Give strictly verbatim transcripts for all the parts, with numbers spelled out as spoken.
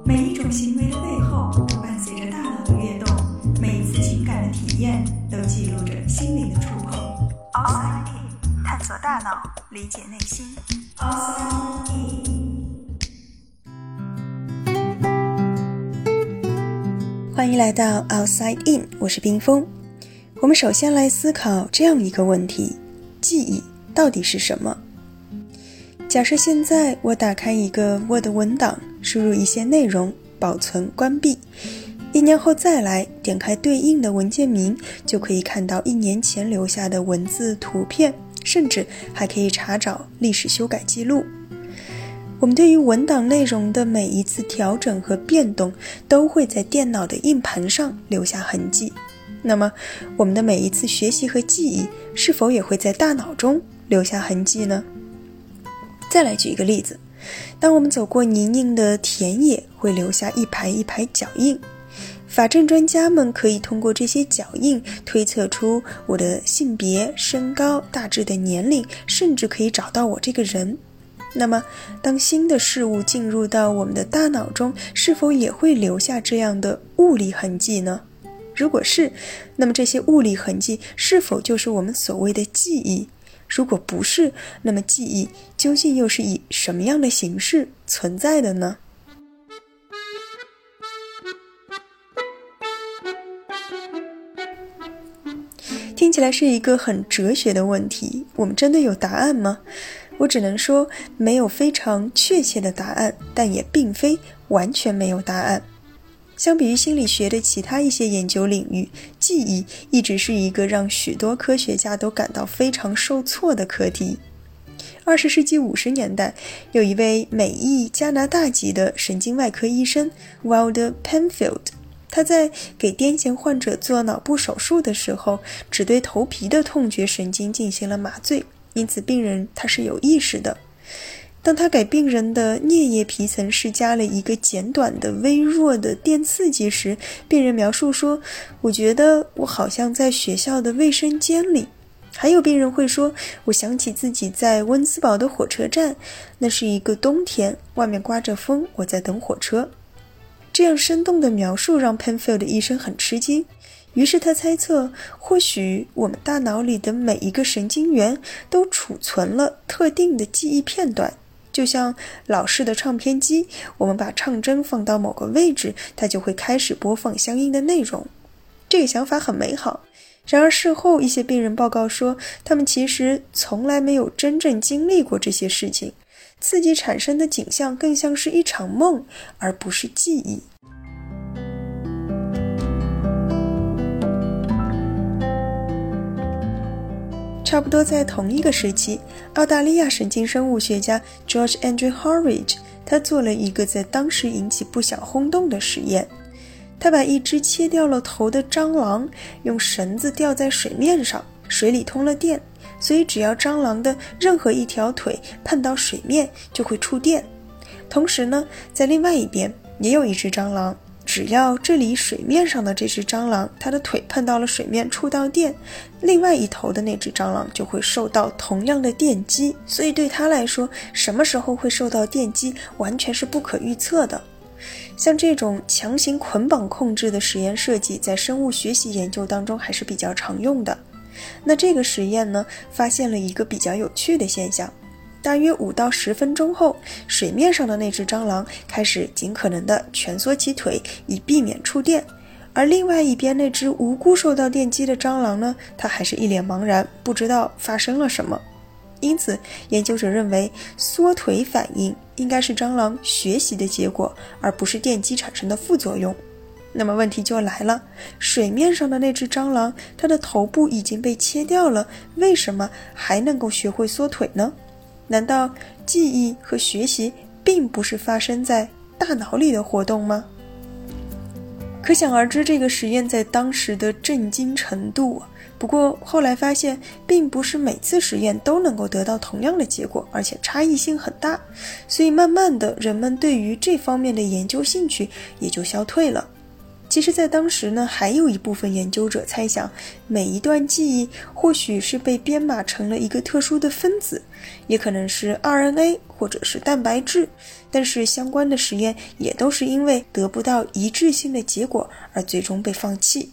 每一种行为的背后都伴随着大脑的跃动，每一次情感的体验都记录着心灵的触碰。 Outside In， 探索大脑，理解内心。 Outside In， 欢迎来到 Outside In， 我是冰峰。我们首先来思考这样一个问题：记忆到底是什么？假设现在我打开一个 Word 文档，输入一些内容，保存关闭，一年后再来点开对应的文件名，就可以看到一年前留下的文字、图片，甚至还可以查找历史修改记录。我们对于文档内容的每一次调整和变动，都会在电脑的硬盘上留下痕迹。那么我们的每一次学习和记忆，是否也会在大脑中留下痕迹呢？再来举一个例子，当我们走过泥泞的田野，会留下一排一排脚印。法证专家们可以通过这些脚印推测出我的性别、身高、大致的年龄，甚至可以找到我这个人。那么当新的事物进入到我们的大脑中，是否也会留下这样的物理痕迹呢？如果是，那么这些物理痕迹是否就是我们所谓的记忆？如果不是，那么记忆究竟又是以什么样的形式存在的呢？听起来是一个很哲学的问题，我们真的有答案吗？我只能说，没有非常确切的答案，但也并非完全没有答案。相比于心理学的其他一些研究领域，记忆一直是一个让许多科学家都感到非常受挫的课题。二十世纪五十年代，有一位美裔加拿大籍的神经外科医生 Walter Penfield， 他在给癫痫患者做脑部手术的时候，只对头皮的痛觉神经进行了麻醉，因此病人他是有意识的。当他给病人的颞叶皮层施加了一个简短的微弱的电刺激时，病人描述说，我觉得我好像在学校的卫生间里。还有病人会说，我想起自己在温斯堡的火车站，那是一个冬天，外面刮着风，我在等火车。这样生动的描述让 Penfield 医生很吃惊，于是他猜测，或许我们大脑里的每一个神经元都储存了特定的记忆片段，就像老式的唱片机，我们把唱针放到某个位置，它就会开始播放相应的内容。这个想法很美好，然而事后一些病人报告说，他们其实从来没有真正经历过这些事情，刺激产生的景象更像是一场梦，而不是记忆。差不多在同一个时期，澳大利亚神经生物学家 George Andrew Horridge 他做了一个在当时引起不小轰动的实验。他把一只切掉了头的蟑螂用绳子吊在水面上，水里通了电，所以只要蟑螂的任何一条腿碰到水面就会触电。同时呢，在另外一边也有一只蟑螂，只要这里水面上的这只蟑螂它的腿碰到了水面触到电，另外一头的那只蟑螂就会受到同样的电击，所以对它来说，什么时候会受到电击完全是不可预测的。像这种强行捆绑控制的实验设计在生物学习研究当中还是比较常用的。那这个实验呢，发现了一个比较有趣的现象，大约五到十分钟后，水面上的那只蟑螂开始尽可能的蜷缩起腿，以避免触电，而另外一边那只无辜受到电击的蟑螂呢，它还是一脸茫然，不知道发生了什么。因此研究者认为，缩腿反应应该是蟑螂学习的结果，而不是电击产生的副作用。那么问题就来了，水面上的那只蟑螂，它的头部已经被切掉了，为什么还能够学会缩腿呢？难道记忆和学习并不是发生在大脑里的活动吗？可想而知这个实验在当时的震惊程度。不过后来发现，并不是每次实验都能够得到同样的结果，而且差异性很大，所以慢慢的人们对于这方面的研究兴趣也就消退了。其实在当时呢，还有一部分研究者猜想，每一段记忆或许是被编码成了一个特殊的分子，也可能是 R N A 或者是蛋白质， 但是相关的实验也都是因为得不到一致性的结果而最终被放弃。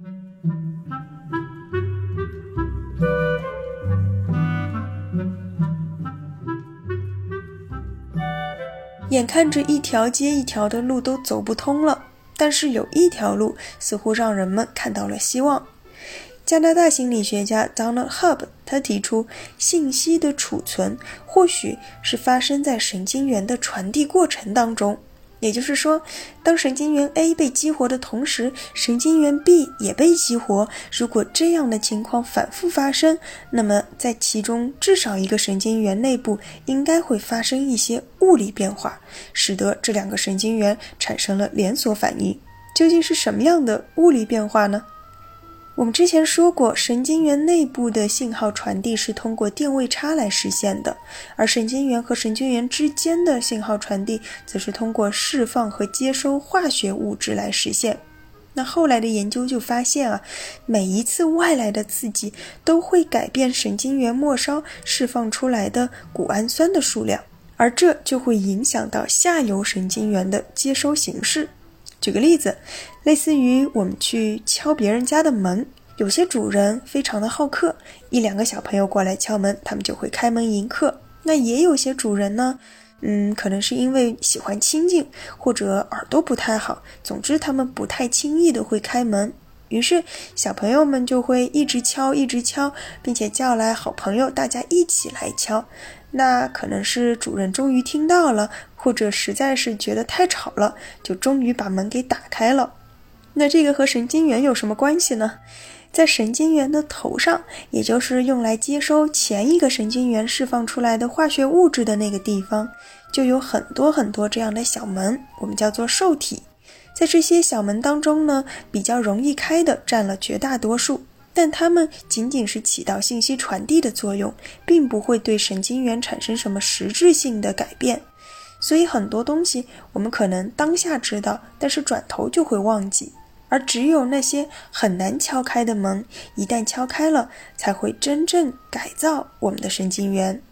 眼看着一条接一条的路都走不通了，但是有一条路似乎让人们看到了希望。加拿大心理学家 Donald Hub 他提出，信息的储存或许是发生在神经元的传递过程当中，也就是说，当神经元 A 被激活的同时，神经元 B 也被激活，如果这样的情况反复发生，那么在其中至少一个神经元内部应该会发生一些物理变化，使得这两个神经元产生了连锁反应。究竟是什么样的物理变化呢？我们之前说过，神经元内部的信号传递是通过电位差来实现的，而神经元和神经元之间的信号传递则是通过释放和接收化学物质来实现。那后来的研究就发现啊，每一次外来的刺激都会改变神经元末梢释放出来的谷氨酸的数量，而这就会影响到下游神经元的接收形式。举个例子，类似于我们去敲别人家的门，有些主人非常的好客，一两个小朋友过来敲门，他们就会开门迎客。那也有些主人呢，嗯，可能是因为喜欢亲近，或者耳朵不太好，总之他们不太轻易的会开门。于是小朋友们就会一直敲一直敲，并且叫来好朋友，大家一起来敲。那可能是主人终于听到了，或者实在是觉得太吵了，就终于把门给打开了。那这个和神经元有什么关系呢？在神经元的头上，也就是用来接收前一个神经元释放出来的化学物质的那个地方，就有很多很多这样的小门，我们叫做受体。在这些小门当中呢，比较容易开的占了绝大多数，但它们仅仅是起到信息传递的作用，并不会对神经元产生什么实质性的改变。所以很多东西我们可能当下知道，但是转头就会忘记。而只有那些很难敲开的门，一旦敲开了，才会真正改造我们的神经元。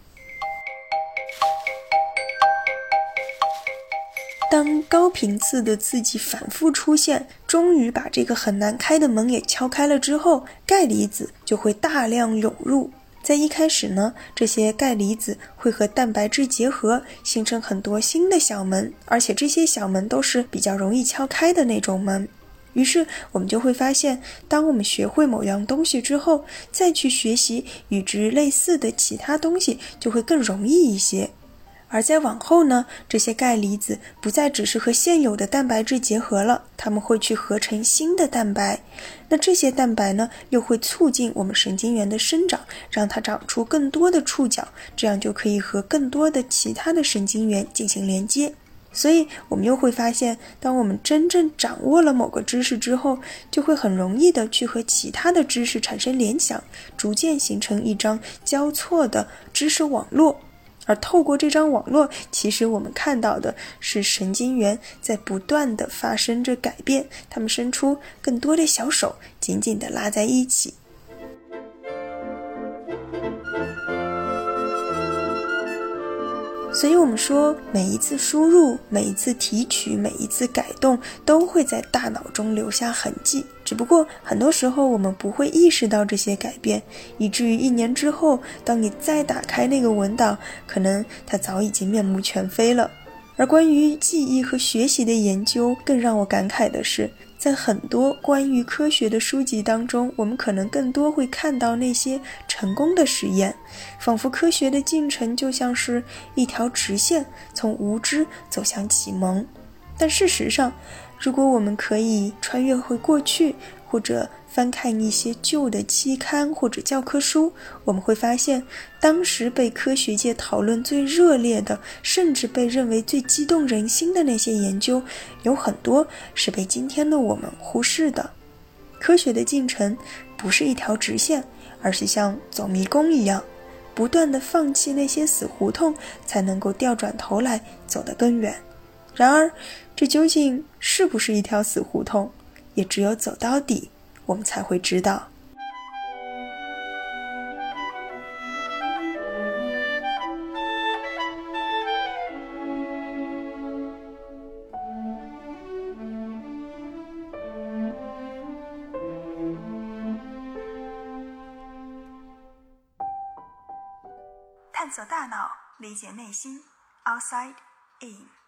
当高频次的刺激反复出现，终于把这个很难开的门给敲开了之后，钙离子就会大量涌入。在一开始呢，这些钙离子会和蛋白质结合，形成很多新的小门，而且这些小门都是比较容易敲开的那种门。于是我们就会发现，当我们学会某样东西之后，再去学习与之类似的其他东西就会更容易一些。而在往后呢，这些钙离子不再只是和现有的蛋白质结合了，它们会去合成新的蛋白。那这些蛋白呢，又会促进我们神经元的生长，让它长出更多的触角，这样就可以和更多的其他的神经元进行连接。所以我们又会发现，当我们真正掌握了某个知识之后，就会很容易的去和其他的知识产生联想，逐渐形成一张交错的知识网络。而透过这张网络，其实我们看到的是神经元在不断的发生着改变，它们伸出更多的小手，紧紧地拉在一起。所以我们说，每一次输入，每一次提取，每一次改动，都会在大脑中留下痕迹。只不过很多时候我们不会意识到这些改变，以至于一年之后，当你再打开那个文档，可能它早已经面目全非了。而关于记忆和学习的研究，更让我感慨的是，在很多关于科学的书籍当中，我们可能更多会看到那些成功的实验，仿佛科学的进程就像是一条直线，从无知走向启蒙。但事实上，如果我们可以穿越回过去，或者翻看一些旧的期刊或者教科书，我们会发现，当时被科学界讨论最热烈的，甚至被认为最激动人心的那些研究，有很多是被今天的我们忽视的。科学的进程不是一条直线，而是像走迷宫一样，不断地放弃那些死胡同，才能够调转头来走得更远。然而，这究竟是不是一条死胡同，也只有走到底，我们才会知道。 探索大脑，理解内心。Outside In。